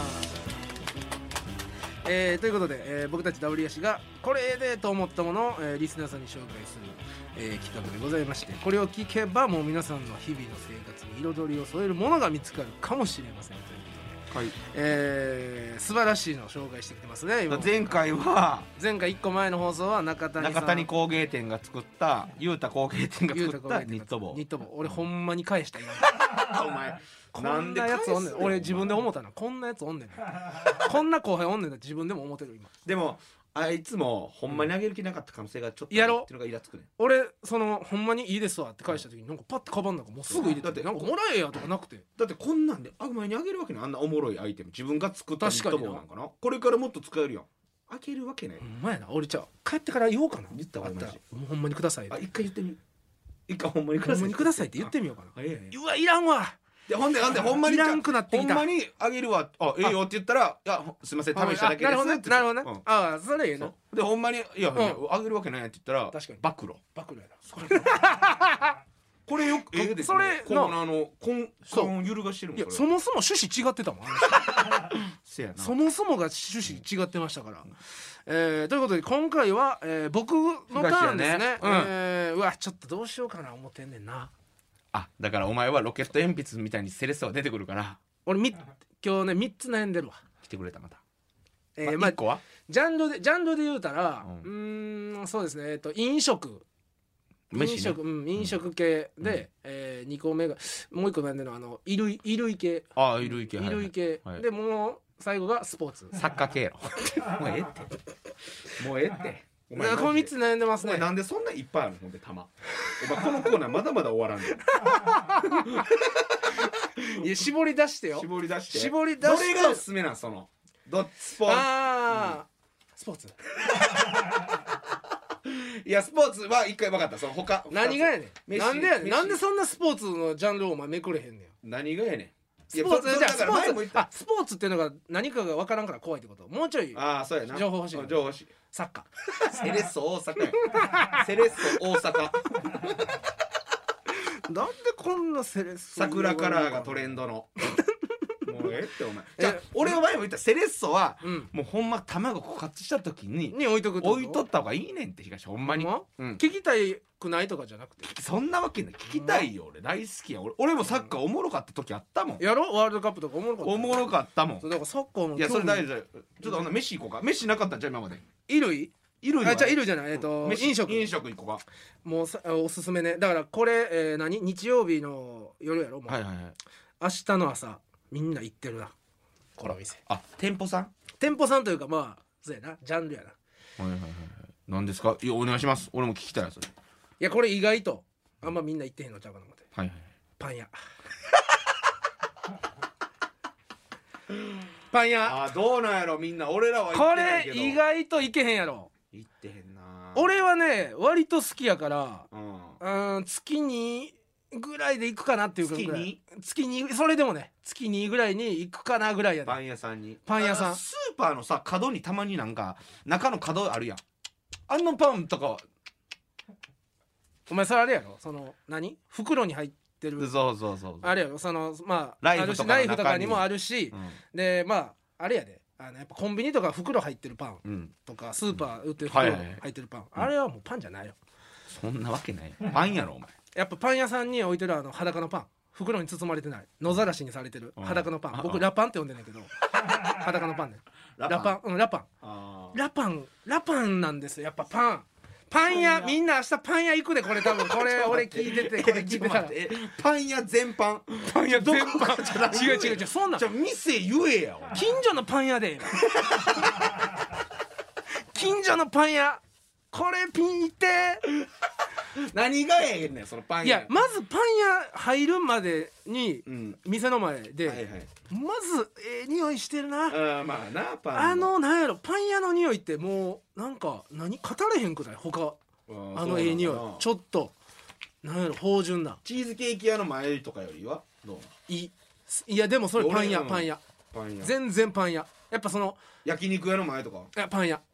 [SPEAKER 2] えー、ということで、えー、僕たちダブリアシがこれ絵でと思ったものを、えー、リスナーさんに紹介する、えー、企画でございましてこれを聞けばもう皆さんの日々の生活に彩りを添えるものが見つかるかもしれませんということで、はいえー、素晴らしいのを紹介してきてますね今
[SPEAKER 1] 前回は
[SPEAKER 2] 前回いっこまえの放送は中谷さん
[SPEAKER 1] 中谷工芸店が作ったゆうた工芸店が作ったニット帽
[SPEAKER 2] ニット帽俺ほんまに返した今お前こんなやつおんねん俺自分で思ったなこんなやつおんねんこんな後輩おんねんだって自分でも思ってる今
[SPEAKER 1] でもあいつもほんまにあげる気なかった可能性がちょっと
[SPEAKER 2] やろ
[SPEAKER 1] っていうのがイラつくね
[SPEAKER 2] 俺そのほんまにいいですわって返した時になんかパッてカバンなんかもうすぐ入れて
[SPEAKER 1] だって
[SPEAKER 2] なんかもらえやとかなくて
[SPEAKER 1] だってこんなんであ前にあげるわけないあんなおもろいアイテム自分が作ったニット帽なんかなこれからもっと使えるやん開けるわけない。
[SPEAKER 2] ほんまやな。俺じゃあ帰ってから言おうかな。
[SPEAKER 1] 言ったわ
[SPEAKER 2] あったら
[SPEAKER 1] マジ
[SPEAKER 2] もうほんまにくださいって。
[SPEAKER 1] あ一回言ってみ一回ほんまにく
[SPEAKER 2] ほん
[SPEAKER 1] ださい
[SPEAKER 2] まにくださいって言ってみようかな。
[SPEAKER 1] あええ
[SPEAKER 2] うわいらんわ。
[SPEAKER 1] でほんでほんでほんまに
[SPEAKER 2] いらんくなってきた
[SPEAKER 1] ほんまにあげるわあええよって言ったらいやほすいません試しただけです
[SPEAKER 2] なるほどね
[SPEAKER 1] って
[SPEAKER 2] なるほどね。
[SPEAKER 1] 言って
[SPEAKER 2] ああそれええな。
[SPEAKER 1] うんそうでほんまにいや
[SPEAKER 2] ん
[SPEAKER 1] あげるわけないやって言ったら
[SPEAKER 2] 確かに
[SPEAKER 1] 暴露
[SPEAKER 2] 暴露やな。
[SPEAKER 1] これよくええです
[SPEAKER 2] それ
[SPEAKER 1] ねこのあの根
[SPEAKER 2] そう
[SPEAKER 1] 根を揺るがしてるもん
[SPEAKER 2] いや
[SPEAKER 1] これ
[SPEAKER 2] そもそも趣旨違ってたもん。あの人
[SPEAKER 1] せやな
[SPEAKER 2] そもそもが趣旨違ってましたから、えー、ということで今回は、えー、僕のターンですね。
[SPEAKER 1] 東やねうん
[SPEAKER 2] えーうわちょっとどうしようかな思ってんねんな。
[SPEAKER 1] あだからお前はロケット鉛筆みたいにセレッソが出てくるから
[SPEAKER 2] 俺み今日ねみっつ悩んでるわ。
[SPEAKER 1] 来てくれたまた
[SPEAKER 2] えーまあ
[SPEAKER 1] まあいっこは
[SPEAKER 2] ジャンルでジャンルで言うたら
[SPEAKER 1] う
[SPEAKER 2] うーんそうですねえっと飲食
[SPEAKER 1] 飯ね
[SPEAKER 2] 飲食、うん、飲食系で、
[SPEAKER 1] うん
[SPEAKER 2] えー、にこめがもういっこ悩んでるのはあの衣類衣類系
[SPEAKER 1] ああ衣類系
[SPEAKER 2] 衣類系、
[SPEAKER 1] はいはい
[SPEAKER 2] でもう最後がスポーツ。
[SPEAKER 1] サッカー系やろもうええってもうええってお前
[SPEAKER 2] このみっつ悩んでますね。
[SPEAKER 1] お前なんでそんないっぱいあるのほんで玉お前このコーナーまだまだ終わらんね
[SPEAKER 2] いや絞り出してよ。
[SPEAKER 1] 絞り出して
[SPEAKER 2] 絞り出して
[SPEAKER 1] どれがおすすめなんそのドッスポーツ
[SPEAKER 2] ああ、スポーツ
[SPEAKER 1] いやスポーツは一回分かったその他
[SPEAKER 2] 何がやねん。
[SPEAKER 1] 飯
[SPEAKER 2] なんでやねん。
[SPEAKER 1] 飯
[SPEAKER 2] なんでそんなスポーツのジャンルをお前めくれへんねん。
[SPEAKER 1] 何がやねん
[SPEAKER 2] スポーツじゃあ
[SPEAKER 1] いやそだから
[SPEAKER 2] スポーツ
[SPEAKER 1] 前も言った
[SPEAKER 2] あスポーツっていうのが何かが分からんから怖いってこと。もうちょい
[SPEAKER 1] ああそうやな
[SPEAKER 2] 情報欲しい
[SPEAKER 1] 情報欲しい
[SPEAKER 2] サッカ
[SPEAKER 1] セレッソ大阪やセレッソ大阪
[SPEAKER 2] ー。なんでこんなセレッソ
[SPEAKER 1] 桜カラーがトレンドのもうええってお前じゃあ
[SPEAKER 2] え
[SPEAKER 1] 俺は前も言ったセレッソは
[SPEAKER 2] うん
[SPEAKER 1] もうほんま卵枯渇した時に
[SPEAKER 2] に置いとくってこと
[SPEAKER 1] 置いとった方がいいねんって東ほんまに
[SPEAKER 2] ほんま
[SPEAKER 1] うん
[SPEAKER 2] 聞きたくないとかじゃなくて
[SPEAKER 1] そんなわけない聞きたいよ俺大好きや俺俺もサッカーおもろかった時あったもん
[SPEAKER 2] やろワールドカップとかおもろかった。
[SPEAKER 1] おもろかったもん
[SPEAKER 2] そうだからサッカーも
[SPEAKER 1] いやそれ大
[SPEAKER 2] 事。
[SPEAKER 1] 丈夫ちょっとほんな飯行こうか飯なかったんじゃう今まで
[SPEAKER 2] 衣類
[SPEAKER 1] 衣類
[SPEAKER 2] あじゃあ衣類じゃないえっと
[SPEAKER 1] 飯
[SPEAKER 2] 飲食
[SPEAKER 1] 飲食行こうか
[SPEAKER 2] もうさおすすめね。だからこれ、えー、何日曜日の夜やろもう、
[SPEAKER 1] はいはいはい
[SPEAKER 2] 明日の朝みんな行ってるなこの店。
[SPEAKER 1] あ店舗さん
[SPEAKER 2] 店舗さんというかまあそうやなジャンルやな。い
[SPEAKER 1] はいはいはい何ですかいやお願いします俺も聞きたいそれ
[SPEAKER 2] やこれ意外とあんまみんな行ってへんのちゃうかな思って。
[SPEAKER 1] はいはい
[SPEAKER 2] パン屋パン屋
[SPEAKER 1] あどうなんやろみんな俺らは行
[SPEAKER 2] こ
[SPEAKER 1] ってないけど
[SPEAKER 2] れ意外といけへんやろ。
[SPEAKER 1] 行ってへんな
[SPEAKER 2] 俺はね割と好きやから
[SPEAKER 1] うん
[SPEAKER 2] うん月にぐらいで行くかなっていうぐらい
[SPEAKER 1] 月に
[SPEAKER 2] 月にそれでもね月にぐらいに行くかなぐらいやで。
[SPEAKER 1] パン屋さんに
[SPEAKER 2] パン屋さん
[SPEAKER 1] あスーパーのさ角にたまになんか中の角あるやんあのパンとか
[SPEAKER 2] お前それあれやろその何袋に入ってる
[SPEAKER 1] そうそうそう
[SPEAKER 2] あれやろそのまあ
[SPEAKER 1] ライフとかの中に
[SPEAKER 2] あるしライフとかにもあるし、
[SPEAKER 1] うん
[SPEAKER 2] でまああれやであのやっぱコンビニとか袋入ってるパン
[SPEAKER 1] うん
[SPEAKER 2] とかスーパー売ってる袋
[SPEAKER 1] はいはいはい
[SPEAKER 2] 入ってるパン、あれはもうパンじゃないよ。
[SPEAKER 1] そんなわけないパンやろお前
[SPEAKER 2] やっぱパン屋さんに置いてるあの裸のパン袋に包まれてない野ざらしにされてる
[SPEAKER 1] うん
[SPEAKER 2] 裸のパン、
[SPEAKER 1] ああ
[SPEAKER 2] 僕ラパンって呼んでんねんけど裸のパンね
[SPEAKER 1] ラ
[SPEAKER 2] ラパンうんラパン
[SPEAKER 1] あー
[SPEAKER 2] ラパンラパンなんですよやっぱパンパン屋みんな明日パン屋行くでこれ多分これ俺聞いててこれ聞いてたら
[SPEAKER 1] えパン屋全般
[SPEAKER 2] パン屋全
[SPEAKER 1] どこかじゃない
[SPEAKER 2] 般違う違う違うそんなん
[SPEAKER 1] じゃあ店言えやお前
[SPEAKER 2] 近所のパン屋で近所のパン屋これピン行って
[SPEAKER 1] 何がええねんそのパン屋
[SPEAKER 2] いやまずパン屋入るまでに
[SPEAKER 1] うん
[SPEAKER 2] 店の前で、
[SPEAKER 1] はいはい
[SPEAKER 2] まずええ匂いしてるな
[SPEAKER 1] あーまあなパン
[SPEAKER 2] あのなんやろパン屋の匂いってもうなんか何語れへんくない他
[SPEAKER 1] うん
[SPEAKER 2] あのええ匂い
[SPEAKER 1] そうなのかな
[SPEAKER 2] ちょっとなんやろ芳醇な
[SPEAKER 1] チーズケーキ屋の前とかよりはどう
[SPEAKER 2] いいいやでもそれパン屋
[SPEAKER 1] 俺うん
[SPEAKER 2] パン屋
[SPEAKER 1] パン屋
[SPEAKER 2] 全然パン屋やっぱその
[SPEAKER 1] 焼肉屋の前とか
[SPEAKER 2] いやパン屋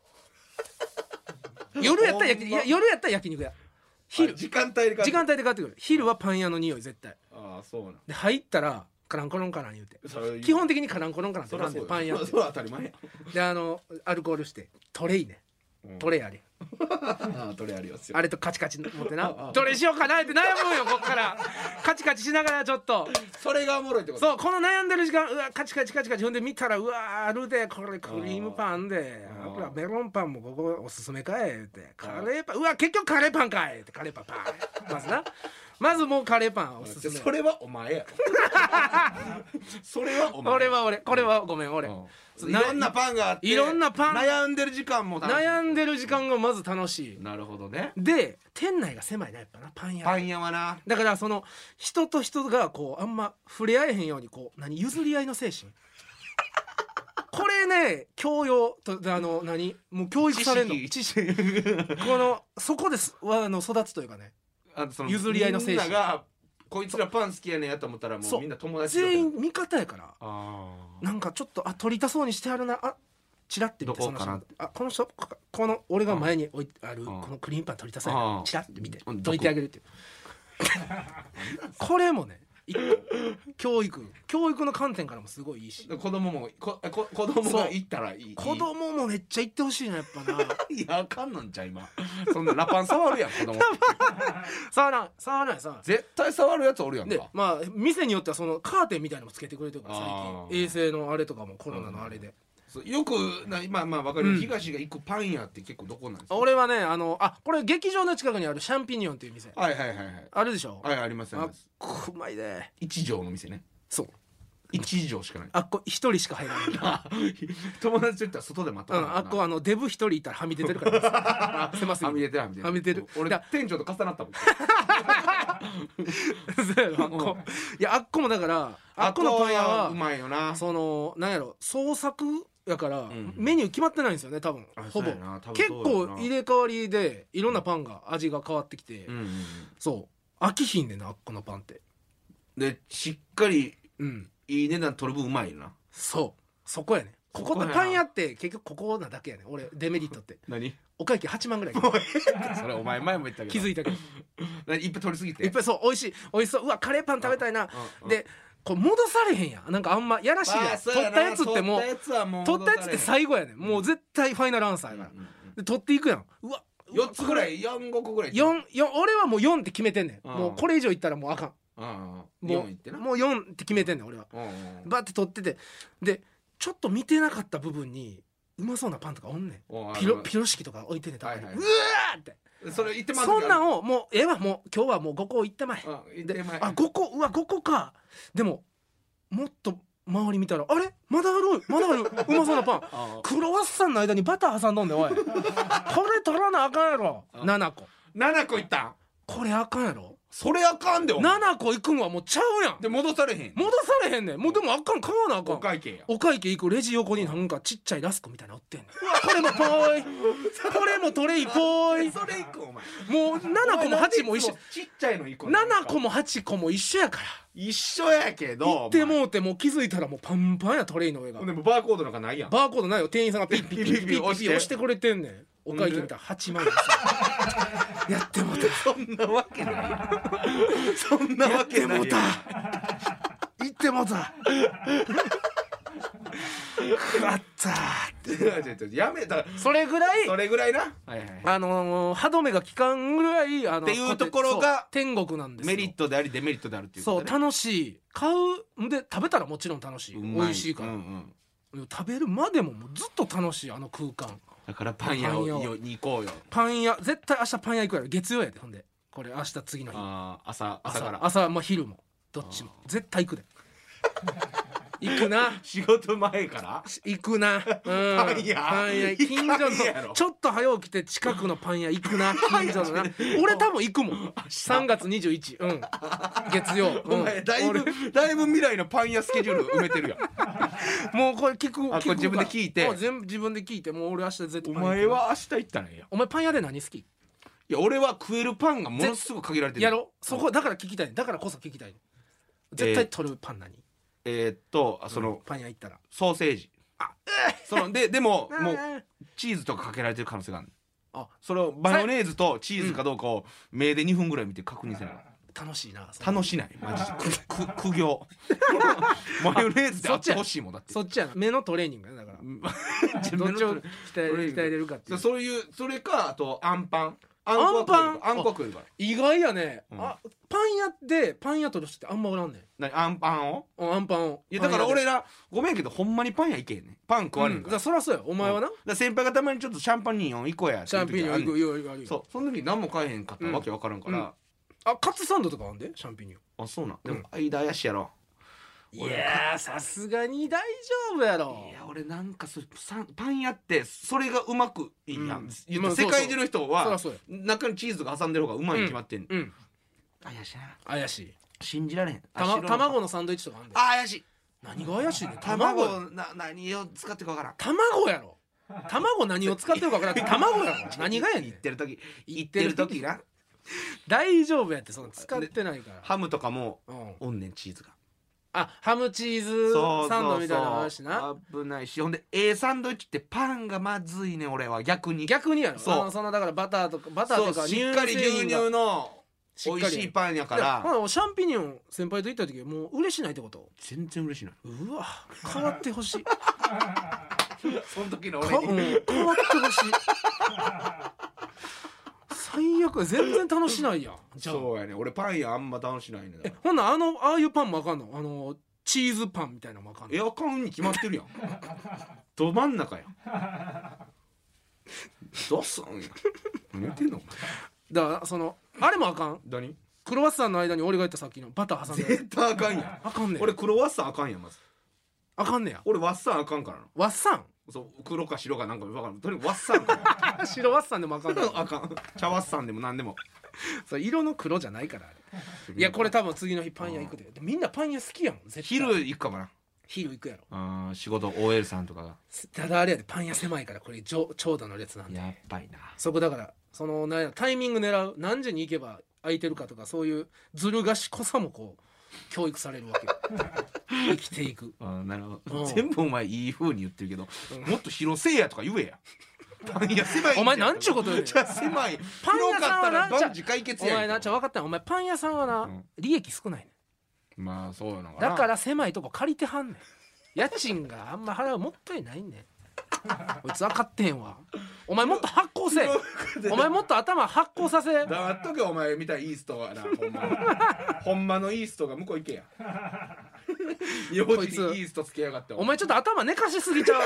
[SPEAKER 2] 夜やったら焼きいや夜やったら焼肉屋昼
[SPEAKER 1] あ時間帯で
[SPEAKER 2] 時間帯で変わってくる昼はパン屋の匂い絶対
[SPEAKER 1] ああそうなん
[SPEAKER 2] で入ったらカランコロンカラン言うて
[SPEAKER 1] それ
[SPEAKER 2] 基本的にカランコロンカランって
[SPEAKER 1] そ
[SPEAKER 2] なんでパン屋って
[SPEAKER 1] それは当たり前や
[SPEAKER 2] であのアルコールしてトレイねトレイあれ
[SPEAKER 1] ああトレありますよ
[SPEAKER 2] あれとカチカチ持って
[SPEAKER 1] ああ
[SPEAKER 2] などれしようかなって悩むんよこっからカチカチしながらちょっと
[SPEAKER 1] それがおもろいってこと
[SPEAKER 2] そうこの悩んでる時間うわカチカチカチカチほんで見たらうわあるでこれクリームパンで
[SPEAKER 1] あー
[SPEAKER 2] ほらメロンパンもここおすすめかいってカレーパンうわ結局カレーパンかいってカレーパンパンまずなまずもうカレーパンおすすめ
[SPEAKER 1] それはお前やろそれはお前
[SPEAKER 2] 俺は俺これはごめん俺
[SPEAKER 1] うんいろんなパンがあって
[SPEAKER 2] いろんなパン
[SPEAKER 1] 悩んでる時間も楽しい
[SPEAKER 2] 悩んでる時間がまず楽しい
[SPEAKER 1] なるほどね
[SPEAKER 2] で店内が狭いなやっぱなパン屋
[SPEAKER 1] パン屋はな
[SPEAKER 2] だからその人と人がこうあんま触れ合えへんようにこう何譲り合いの精神これね教養とあの何もう教育されるの
[SPEAKER 1] 知識
[SPEAKER 2] このそこですあの育つというかね
[SPEAKER 1] あその
[SPEAKER 2] 譲り合いの精神
[SPEAKER 1] みんながこいつらパン好きやねんやと思ったらも
[SPEAKER 2] そう
[SPEAKER 1] うみんな友達
[SPEAKER 2] 全員味方やから
[SPEAKER 1] あ
[SPEAKER 2] なんかちょっとあ取りたそうにしてあるなあチラって見て
[SPEAKER 1] どこかな
[SPEAKER 2] その人あこの人ここの俺が前に置いてある
[SPEAKER 1] あ
[SPEAKER 2] このクリームパン取りたそうや
[SPEAKER 1] あ
[SPEAKER 2] なチラって見て
[SPEAKER 1] うん
[SPEAKER 2] 取りてあげるっていうこれもね一個教育教育の観点からもすごいいいし
[SPEAKER 1] 子供もここ子供が行ったらいい
[SPEAKER 2] 子供もめっちゃ言ってほしいなやっぱな
[SPEAKER 1] いやあかんのんちゃう今そんなラパン触るやん子供
[SPEAKER 2] 触らん触らないさ
[SPEAKER 1] 絶対触るやつおるやん
[SPEAKER 2] で
[SPEAKER 1] か
[SPEAKER 2] まあ店によってはそのカーテンみたいなのもつけてくれてるから最
[SPEAKER 1] あー
[SPEAKER 2] 近衛生のあれとかもコロナのあれで、
[SPEAKER 1] そうよくなまあまあわかる、
[SPEAKER 2] うん
[SPEAKER 1] 東が行くパン屋って結構どこなんですか
[SPEAKER 2] 俺はねあのあこれ劇場の近くにあるシャンピニオンっていう店
[SPEAKER 1] はいはいはいはい
[SPEAKER 2] あるでしょ、
[SPEAKER 1] はいありますあり
[SPEAKER 2] あ
[SPEAKER 1] ます
[SPEAKER 2] うまいで
[SPEAKER 1] 一畳の店ね
[SPEAKER 2] そう
[SPEAKER 1] 一畳しかない
[SPEAKER 2] あっこ一人しか入らない
[SPEAKER 1] あ友達と言ったら外で待っと
[SPEAKER 2] うん、
[SPEAKER 1] かな
[SPEAKER 2] あっこあのデブ一人いたらはみ出てるから狭すぎ
[SPEAKER 1] はみ出てるはみ出てる
[SPEAKER 2] はみ出てる
[SPEAKER 1] 俺
[SPEAKER 2] だ
[SPEAKER 1] 店長と重なったもん
[SPEAKER 2] そうやろあっこいやあっこもだからあっこのパン屋は
[SPEAKER 1] うまいよな
[SPEAKER 2] そのなんやろ創作やから、
[SPEAKER 1] ん
[SPEAKER 2] メニュー決まってないんですよね多分
[SPEAKER 1] あ
[SPEAKER 2] ほぼ
[SPEAKER 1] そうやな多分
[SPEAKER 2] 結
[SPEAKER 1] そうやな
[SPEAKER 2] 構入れ替わりでいろんなパンが味が変わってきて、
[SPEAKER 1] うんうんうん
[SPEAKER 2] そう飽きひんねんなあっこのパンって
[SPEAKER 1] でしっかり
[SPEAKER 2] うん
[SPEAKER 1] いい値段取る分うまいよな
[SPEAKER 2] そうそこやねここ
[SPEAKER 1] そこやな
[SPEAKER 2] でパン屋って結局ここなだけやね俺デメリットって
[SPEAKER 1] 何
[SPEAKER 2] お会計はちまんぐらい
[SPEAKER 1] それお前前も言ったけど
[SPEAKER 2] 気づいたけど
[SPEAKER 1] 何いっぱい取りすぎて
[SPEAKER 2] いっぱいそう美味しい美味しそううわカレーパン食べたいな
[SPEAKER 1] うんうん
[SPEAKER 2] でこう戻されへんやんなんかあんまやらしいやん、
[SPEAKER 1] まあそうやな
[SPEAKER 2] 取ったやつってもう
[SPEAKER 1] 取ったやつはもう
[SPEAKER 2] 取ったやつって最後やねんもう絶対ファイナルアンサーやから、
[SPEAKER 1] うんうん
[SPEAKER 2] で取っていくやんうわ
[SPEAKER 1] よっつぐらいよんごこぐらい
[SPEAKER 2] よんよん俺はもうよんって決めてんねん
[SPEAKER 1] うん
[SPEAKER 2] もうこれ以上いったらもうあかん
[SPEAKER 1] うんうん
[SPEAKER 2] も
[SPEAKER 1] よんいってな
[SPEAKER 2] うもうよんって決めてんねん俺は
[SPEAKER 1] うんうん
[SPEAKER 2] バッて取っててでちょっと見てなかった部分にうまそうなパンとかおんねん
[SPEAKER 1] お
[SPEAKER 2] ピロピロ式とか置いてんねんたまに、
[SPEAKER 1] はいはいう
[SPEAKER 2] わーって
[SPEAKER 1] それ言ってます
[SPEAKER 2] そんなんをもうええわもう今日はもうごこいったまえ
[SPEAKER 1] うん
[SPEAKER 2] で
[SPEAKER 1] でま
[SPEAKER 2] あごこうわごこかでももっと周り見たらあれまだあるまだあるうまそうなパン
[SPEAKER 1] あ
[SPEAKER 2] クロワッサンの間にバター挟んどんでおいこれ取らなあかんやろ
[SPEAKER 1] あ
[SPEAKER 2] ななこ
[SPEAKER 1] ななこいったん
[SPEAKER 2] これあかんやろ
[SPEAKER 1] それあかんでお前
[SPEAKER 2] ななこいくんはもうちゃうやん
[SPEAKER 1] で戻されへん
[SPEAKER 2] 戻されへんねんもうでもあかん買わなあか
[SPEAKER 1] お
[SPEAKER 2] ん
[SPEAKER 1] 会計や
[SPEAKER 2] お会計行くレジ横になんかちっちゃいラスクみたいなの売ってんねんうわこれもぽーいこれもトレイぽーい
[SPEAKER 1] それいくお前
[SPEAKER 2] もうななこもはちも一緒
[SPEAKER 1] ちっちゃいのいく
[SPEAKER 2] ななこもはちこも一緒やから
[SPEAKER 1] 一緒やけど
[SPEAKER 2] 行って
[SPEAKER 1] お前
[SPEAKER 2] もうてもう気づいたらもうパンパンやトレイの上が
[SPEAKER 1] ほんでもうバーコードなんかないやん
[SPEAKER 2] バーコードないよ店員さんがピッピッピッピッピッピッ
[SPEAKER 1] 押して
[SPEAKER 2] 押してくれてんねんお会計見たらはちまんですよやってもうた
[SPEAKER 1] そんなわけないそんなわけない
[SPEAKER 2] やってもうた行ってもうたあった
[SPEAKER 1] 違う違う違うやめた
[SPEAKER 2] それぐらい
[SPEAKER 1] それぐらいなはいはい
[SPEAKER 2] あのー、歯止めが効かんぐらいあの
[SPEAKER 1] っていうところが
[SPEAKER 2] そう天国なんですよ
[SPEAKER 1] メリットでありデメリットであるっていうことね
[SPEAKER 2] そう楽しい買うんで食べたらもちろん楽しい、
[SPEAKER 1] うま
[SPEAKER 2] 美味しいから、
[SPEAKER 1] うんうん
[SPEAKER 2] 食べるまでももうずっと楽しいあの空間
[SPEAKER 1] だからパン屋を
[SPEAKER 2] パン屋を
[SPEAKER 1] よに行こうよ
[SPEAKER 2] パン屋絶対明日パン屋行くやろ月曜やでほんでこれ明日次の日
[SPEAKER 1] あー朝朝
[SPEAKER 2] 朝
[SPEAKER 1] から
[SPEAKER 2] 朝まあ昼もどっちも絶対行くで行くな
[SPEAKER 1] 仕事前から
[SPEAKER 2] 行くな、うん、
[SPEAKER 1] パン屋
[SPEAKER 2] パン屋近所
[SPEAKER 1] 行かんやろ
[SPEAKER 2] のちょっと早起きて近くのパン屋行くな近所のな俺多分行くもんさんがつにじゅういちうん月曜、うん、
[SPEAKER 1] お前だいぶ
[SPEAKER 2] 俺
[SPEAKER 1] だいぶ未来のパン屋スケジュール埋めてるやん
[SPEAKER 2] もうこれ聞く聞く
[SPEAKER 1] あこれ自分で聞いて
[SPEAKER 2] もう全部自分で聞いてもう俺明日絶対
[SPEAKER 1] お
[SPEAKER 2] パン屋行く
[SPEAKER 1] 前は明日行ったらええやん
[SPEAKER 2] お前パン屋で何好き
[SPEAKER 1] いや俺は食えるパンがものすごく限られてる
[SPEAKER 2] やろそこだから聞きたいねだからこそ聞きたいね絶対取るパン何、
[SPEAKER 1] えーっとその
[SPEAKER 2] パン屋行ったら
[SPEAKER 1] ソーセージそのででももう
[SPEAKER 2] う
[SPEAKER 1] チーズとかかけられてる可能性がある
[SPEAKER 2] あ
[SPEAKER 1] それをマヨネーズとチーズかどうかを目でにふんぐらい見て確認せない
[SPEAKER 2] 楽しいなそ
[SPEAKER 1] 楽しないマジでくく苦行マヨネーズであってほしいもんだって
[SPEAKER 2] そっちやな目のトレーニングやなだから
[SPEAKER 1] 自
[SPEAKER 2] どっちを鍛え
[SPEAKER 1] トレーニング
[SPEAKER 2] 鍛えれるかっていう
[SPEAKER 1] そういうそれかあとあんパンあんこは食えるからあんこは食えるから
[SPEAKER 2] 意外やね、
[SPEAKER 1] うん
[SPEAKER 2] あパン屋でパン屋取る人ってあんまおらんねん
[SPEAKER 1] 何あんパンを
[SPEAKER 2] うんあんパンを
[SPEAKER 1] いやだから
[SPEAKER 2] パン屋で
[SPEAKER 1] 俺らごめんけどほんまにパン屋行けへんねんパン食われ
[SPEAKER 2] うんんだ
[SPEAKER 1] から、
[SPEAKER 2] からそらそうやお前はな、
[SPEAKER 1] だから先輩がたまにちょっとシャンパンニオン行こうやって
[SPEAKER 2] シャンピニオン行く
[SPEAKER 1] 言う時あんねん
[SPEAKER 2] よいよいよ
[SPEAKER 1] そうその時何も買えへんかったらわけわからんから、
[SPEAKER 2] うんあカツサンドとかあんでシャンピニオ
[SPEAKER 1] あそうなんで
[SPEAKER 2] うん
[SPEAKER 1] も間怪しいやろ、
[SPEAKER 2] ンいやーさすがに大丈夫やろ
[SPEAKER 1] いや俺なんかそさパン屋ってそれがうまくいいやん、
[SPEAKER 2] うん
[SPEAKER 1] 言
[SPEAKER 2] まあ
[SPEAKER 1] った世界中の人
[SPEAKER 2] そら
[SPEAKER 1] は
[SPEAKER 2] そうや
[SPEAKER 1] 中にチーズとか挟んでる方がうまいに決まってんねん、
[SPEAKER 2] うん
[SPEAKER 1] 怪しいな
[SPEAKER 2] 怪しい
[SPEAKER 1] 信じられへん
[SPEAKER 2] たま
[SPEAKER 1] あ白の
[SPEAKER 2] 卵のサンドイッチとかあんで
[SPEAKER 1] あ怪しい
[SPEAKER 2] 何が怪しいねん。
[SPEAKER 1] 卵
[SPEAKER 2] 卵
[SPEAKER 1] な何を使ってるかわからん。
[SPEAKER 2] 卵やろ。卵何を使ってるか分からん。卵やろ。何がやねん。
[SPEAKER 1] 言ってる時言ってる時な。
[SPEAKER 2] 大丈夫やって。その使ってないから。
[SPEAKER 1] ハムとかも、
[SPEAKER 2] うん、
[SPEAKER 1] おんねんチーズが。
[SPEAKER 2] あ、ハムチーズサンドみたいなのあるしな。
[SPEAKER 1] そうそうそう危ないし、ほんで A サンドイッチってパンがまずいねん俺は。逆に
[SPEAKER 2] 逆にやろ。
[SPEAKER 1] そう
[SPEAKER 2] あのそのだからバターとかバターとか
[SPEAKER 1] しっかり牛乳の美味しいパンやから。
[SPEAKER 2] ほらシャンピニオン先輩と行った時もう嬉しないってこと？
[SPEAKER 1] 全然嬉しない。
[SPEAKER 2] うわ変わってほしい。
[SPEAKER 1] その時の俺に、
[SPEAKER 2] うん、変わってほしい。最悪。全然楽しないやん。
[SPEAKER 1] じゃあそうやね。俺パン屋あんま楽しないねん。
[SPEAKER 2] えほんなあのああいうパンもあかんの？あのチーズパンみたいなのもあかんの？
[SPEAKER 1] えあかんに決まってるやん。ど真ん中やん。どうすんやん。何言ってんの？
[SPEAKER 2] だからそのあれもあかん。
[SPEAKER 1] 何？
[SPEAKER 2] クロワッサンの間に俺が言ったさっきのバター挟んで。
[SPEAKER 1] 絶対あかんやん。
[SPEAKER 2] あかんねん。
[SPEAKER 1] 俺黒ワッサンあかんやんまず。
[SPEAKER 2] あかんねや。
[SPEAKER 1] 俺ワッサンあかんからな。
[SPEAKER 2] ワッサン？
[SPEAKER 1] そう黒か白かなんか分からん。とにかくワッサンか
[SPEAKER 2] 白ワッサンでもあかんの？
[SPEAKER 1] あかん。茶ワッサンでもなんでも。
[SPEAKER 2] それ色の黒じゃないからあれ。いやこれ多分次の日パン屋行くで。みんなパン屋好きやもん絶対。
[SPEAKER 1] 昼行くかもな。
[SPEAKER 2] 昼行くやろ。
[SPEAKER 1] あ仕事 オーエル さんとかが。
[SPEAKER 2] ただあれやでパン屋狭いからこれちょ長蛇の列なんで。
[SPEAKER 1] やっぱりな。そ
[SPEAKER 2] こだからそのなんやタイミング狙う。何時に行けば空いてるかとかそういうずる賢さもこう教育されるわけ。生きていく。
[SPEAKER 1] あなるほど。全部お前いい風に言ってるけど、うん、もっと広せえやとか言えや。パン屋狭い。
[SPEAKER 2] お前なんちゅうこと言うねん。
[SPEAKER 1] じゃ狭い。パン屋さんはな万事解決やん。
[SPEAKER 2] お前なちゃ分かったん。お前パン屋さんはな、うん、利益少ないね
[SPEAKER 1] ん。まあそうなのか
[SPEAKER 2] な。だから狭いとこ借りてはんねん。家賃があんま払うもったいないねん。こいつ分かってへんわ。お前もっと発酵せお前もっと頭発酵させ。
[SPEAKER 1] 黙っとけお前みたいイーストはな。ほんまほんまのイーストが向こう行けや。用事にイーストつけやがって。
[SPEAKER 2] お前ちょっと頭寝かしすぎちゃう。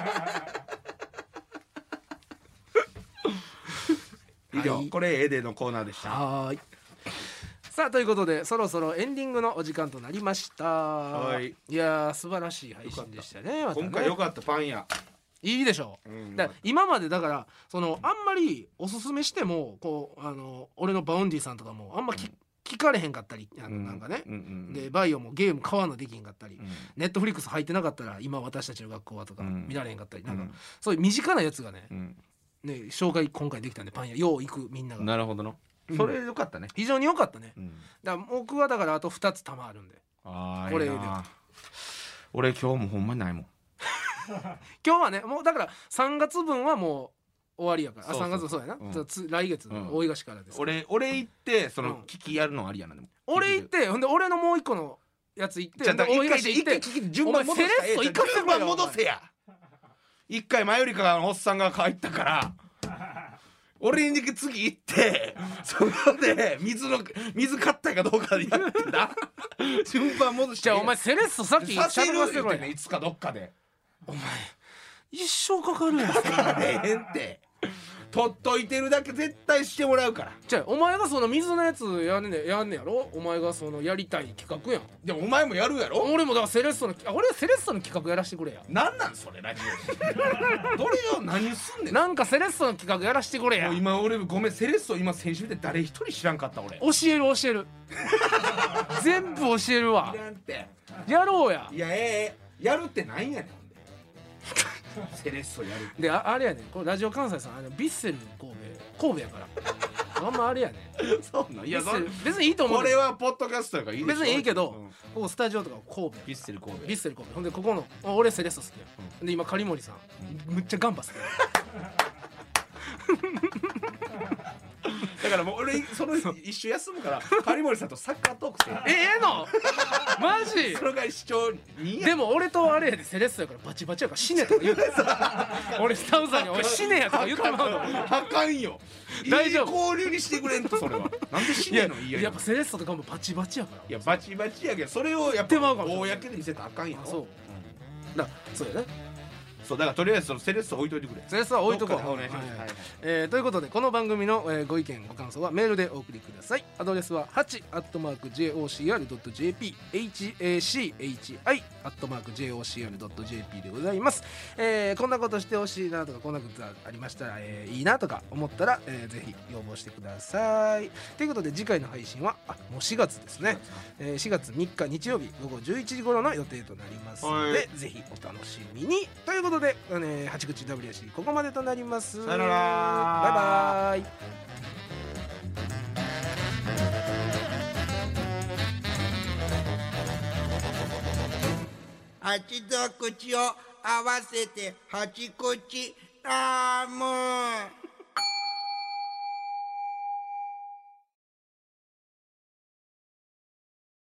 [SPEAKER 1] 以上、はい、これエデのコーナーでした。
[SPEAKER 2] はい。さあということでそろそろエンディングのお時間となりました。はい。いやー素晴らしい配信でしたね。またね、
[SPEAKER 1] 今回良かったパン屋。
[SPEAKER 2] いいでしょう、うん、だ今までだからそのあんまりおすすめしてもこうあの俺のバウンディさんとかもあんまき、うん、聞かれへんかったりあのなんかね、うんうんうん、でバイオもゲーム買わのできんかったり、うん、ネットフリックス入ってなかったら今私たちの学校はとか見られへんかったり、うん、なんかそういう身近なやつがね、うん、ね紹介今回できたんでパン屋よう行くみんなが。
[SPEAKER 1] なるほどのそれ良かったね、
[SPEAKER 2] 非常に良かったね、うん、だから僕はだからあとふたつ玉あるんで。
[SPEAKER 1] あこれで俺今日もほんまにないもん。
[SPEAKER 2] 今日はねもうだからさんがつぶんはもう終わりやから。そうそうあさんがつそうやな、うん、来月の大東からです、
[SPEAKER 1] うん、俺俺行ってその聞きやるのありやな。でも
[SPEAKER 2] 俺行ってほんで俺のもう一個のやつ行って大東行って
[SPEAKER 1] 順番戻せや。順番戻せや。一回前よりかのおっさんが帰ったから俺に次行ってそこで水の水買ったかどうかでやってな。順番戻して。
[SPEAKER 2] じゃあお前セレッソさっき
[SPEAKER 1] させるわせろや。いつかどっかで
[SPEAKER 2] お前一生かかるやん。
[SPEAKER 1] かかれへんって取っといてるだけ絶対してもらうから。
[SPEAKER 2] じゃあお前がその水のやつやんねやんねやろ。お前がそのやりたい企画やん。
[SPEAKER 1] でもお前もやるやろ。
[SPEAKER 2] 俺もだからセレッソの俺はセレッソの企画やらしてくれや。
[SPEAKER 1] なんなんそれラジオどれよ何すんねん。
[SPEAKER 2] なんかセレッソの企画やらしてくれや。
[SPEAKER 1] もう今俺ごめんセレッソ今選手見て誰一人知らんかった俺。
[SPEAKER 2] 教える教える全部教えるわ。
[SPEAKER 1] いらんって
[SPEAKER 2] やろうや。
[SPEAKER 1] いやええやるってなんやねん。セレッソやる
[SPEAKER 2] で あ, あれやねんこれラジオ関西さんあのビッセル神戸神戸やからあんまあれやねん。
[SPEAKER 1] そうなんいや
[SPEAKER 2] 別にいいと思う。
[SPEAKER 1] これはポッドキャストやからいいでしょ。
[SPEAKER 2] 別にいいけど、うん、ここスタジオとか神戸
[SPEAKER 1] ビッセル神戸
[SPEAKER 2] ビッセル神戸ほんでここの俺セレッソ好きや、うん、で今狩森さん、うん、むっちゃガンバ好きやだ
[SPEAKER 1] からもう俺その一緒休むから狩森さんとサッカートークして
[SPEAKER 2] えええのマジ
[SPEAKER 1] それが視聴に
[SPEAKER 2] でも俺とあれやでセレッソやからバチバチやから死ねとか言うて俺スタウザーに俺死ねやとか言ってまうの。
[SPEAKER 1] あかんよ大丈夫交流にしてくれんとそれはなんで死ねのいや
[SPEAKER 2] やっぱセレッソとかもバチバチやから。
[SPEAKER 1] いやバチバチやけどそれをやっぱ公で見せたらあかんやん。
[SPEAKER 2] そう、うん、だそうやね。
[SPEAKER 1] そうだからとりあえずそのセレッソ置いといてくれ。
[SPEAKER 2] セレッソは置いとこう。
[SPEAKER 1] お願いします。はいはい、
[SPEAKER 2] えー、ということでこの番組の、えー、ご意見ご感想はメールでお送りください。アドレスは はち アットマーク ジェイオーシーアール ドット ジェーピー ハチ アッアットマーク ジェイオーシーアールドットジェーピー でございます。えー、こんなことしてほしいなとかこんなことありましたら、えー、いいなとか思ったら、えー、ぜひ要望してください。ということで次回の配信はあもうしがつですね、えー、しがつみっか日曜日午後じゅういちじ頃の予定となりますので、ぜひお楽しみに。ということで、えー、八口 ダブリューシー ここまでとなります。
[SPEAKER 1] さよなら。
[SPEAKER 2] バイバーイ。
[SPEAKER 3] 八と口を合わせて八口ラーム。